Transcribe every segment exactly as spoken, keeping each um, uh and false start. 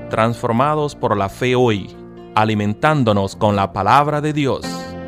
transformados por la fe hoy, alimentándonos con la palabra de Dios.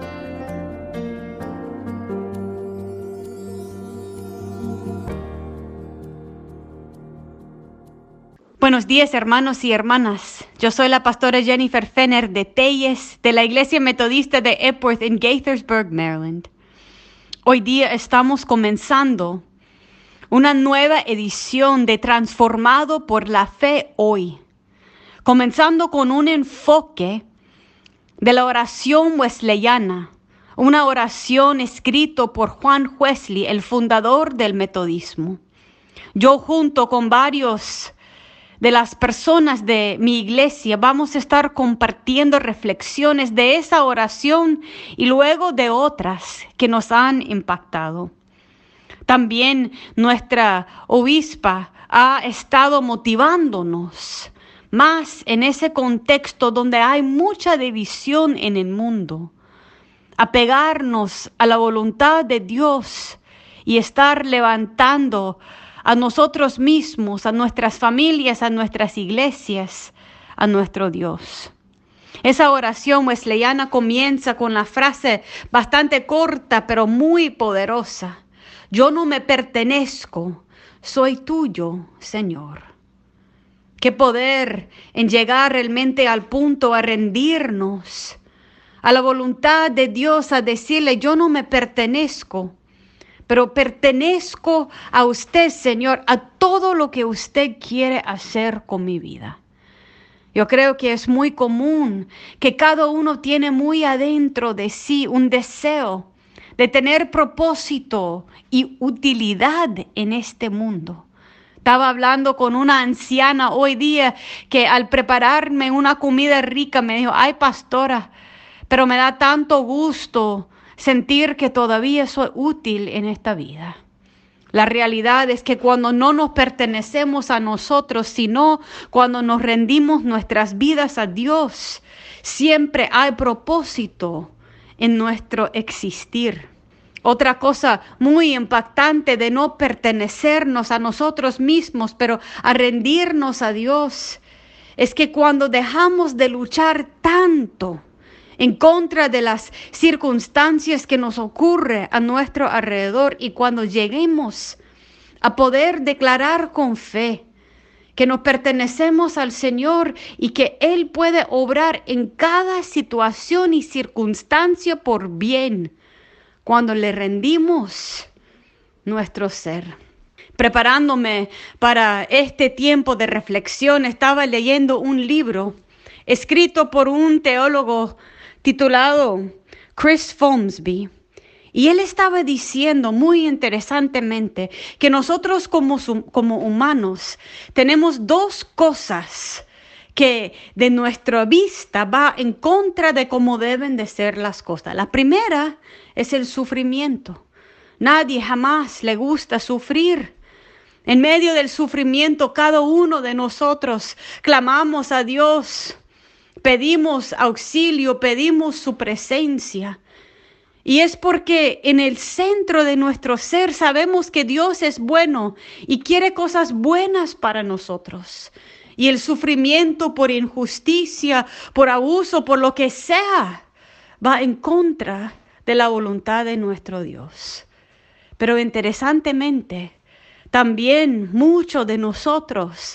Buenos días, hermanos y hermanas. Yo soy la pastora Jennifer Fenner de Telles, de la Iglesia Metodista de Epworth en Gaithersburg, Maryland. Hoy día estamos comenzando una nueva edición de Transformado por la Fe Hoy, comenzando con un enfoque de la oración wesleyana, una oración escrita por Juan Wesley, el fundador del metodismo. Yo junto con varios de las personas de mi iglesia vamos a estar compartiendo reflexiones de esa oración y luego de otras que nos han impactado. También nuestra obispa ha estado motivándonos más en ese contexto donde hay mucha división en el mundo, a pegarnos a la voluntad de Dios y estar levantando a nosotros mismos, a nuestras familias, a nuestras iglesias, a nuestro Dios. Esa oración wesleyana comienza con la frase bastante corta, pero muy poderosa. Yo no me pertenezco, soy tuyo, Señor. Qué poder en llegar realmente al punto a rendirnos a la voluntad de Dios, a decirle, yo no me pertenezco, pero pertenezco a usted, Señor, a todo lo que usted quiere hacer con mi vida. Yo creo que es muy común que cada uno tiene muy adentro de sí un deseo de tener propósito y utilidad en este mundo. Estaba hablando con una anciana hoy día que al prepararme una comida rica me dijo, ay pastora, pero me da tanto gusto sentir que todavía soy útil en esta vida. La realidad es que cuando no nos pertenecemos a nosotros, sino cuando nos rendimos nuestras vidas a Dios, siempre hay propósito en nuestro existir. Otra cosa muy impactante de no pertenecernos a nosotros mismos, pero a rendirnos a Dios, es que cuando dejamos de luchar tanto en contra de las circunstancias que nos ocurren a nuestro alrededor y cuando lleguemos a poder declarar con fe que nos pertenecemos al Señor y que Él puede obrar en cada situación y circunstancia por bien, cuando le rendimos nuestro ser. Preparándome para este tiempo de reflexión, estaba leyendo un libro escrito por un teólogo titulado Chris Fomsby, y él estaba diciendo muy interesantemente que nosotros como, como humanos tenemos dos cosas que de nuestra vista va en contra de cómo deben de ser las cosas. La primera es el sufrimiento. Nadie jamás le gusta sufrir. En medio del sufrimiento, cada uno de nosotros clamamos a Dios, pedimos auxilio, pedimos su presencia. Y es porque en el centro de nuestro ser sabemos que Dios es bueno y quiere cosas buenas para nosotros. Y el sufrimiento por injusticia, por abuso, por lo que sea, va en contra de la voluntad de nuestro Dios. Pero interesantemente, también muchos de nosotros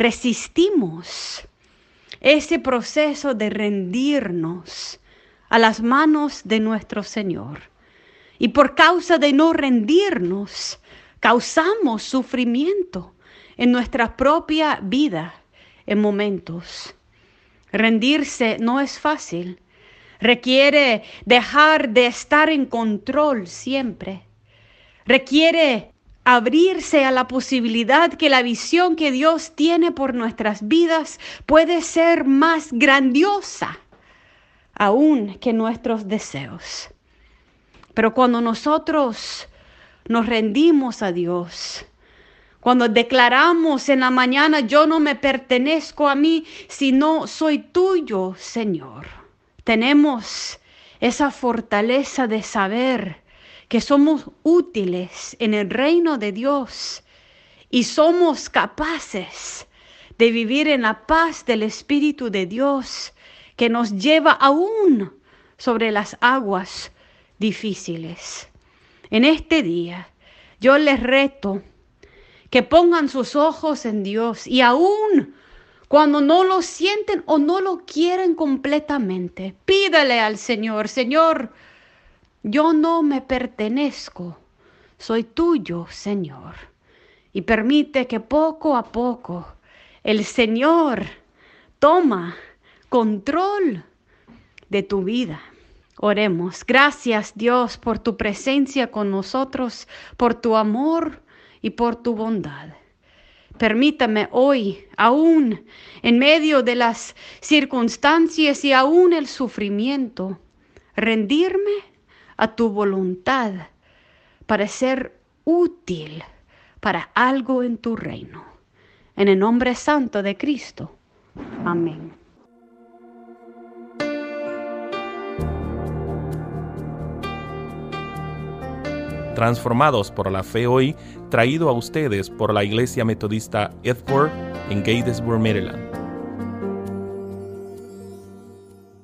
resistimos ese proceso de rendirnos a las manos de nuestro Señor. Y por causa de no rendirnos, causamos sufrimiento en nuestra propia vida en momentos. Rendirse no es fácil. Requiere dejar de estar en control siempre. Requiere abrirse a la posibilidad que la visión que Dios tiene por nuestras vidas puede ser más grandiosa aún que nuestros deseos. Pero cuando nosotros nos rendimos a Dios, cuando declaramos en la mañana, yo no me pertenezco a mí, sino soy tuyo, Señor, tenemos esa fortaleza de saber que somos útiles en el reino de Dios y somos capaces de vivir en la paz del Espíritu de Dios que nos lleva aún sobre las aguas difíciles. En este día, yo les reto que pongan sus ojos en Dios y aún cuando no lo sienten o no lo quieren completamente, pídale al Señor: Señor, yo no me pertenezco, soy tuyo, Señor. Y permite que poco a poco el Señor toma control de tu vida. Oremos. Gracias, Dios, por tu presencia con nosotros, por tu amor y por tu bondad. Permítame hoy, aún en medio de las circunstancias y aún el sufrimiento, rendirme a tu voluntad para ser útil para algo en tu reino. En el nombre santo de Cristo. Amén. Transformados por la Fe Hoy, traído a ustedes por la Iglesia Metodista Edgeworth en Gettysburg, Maryland.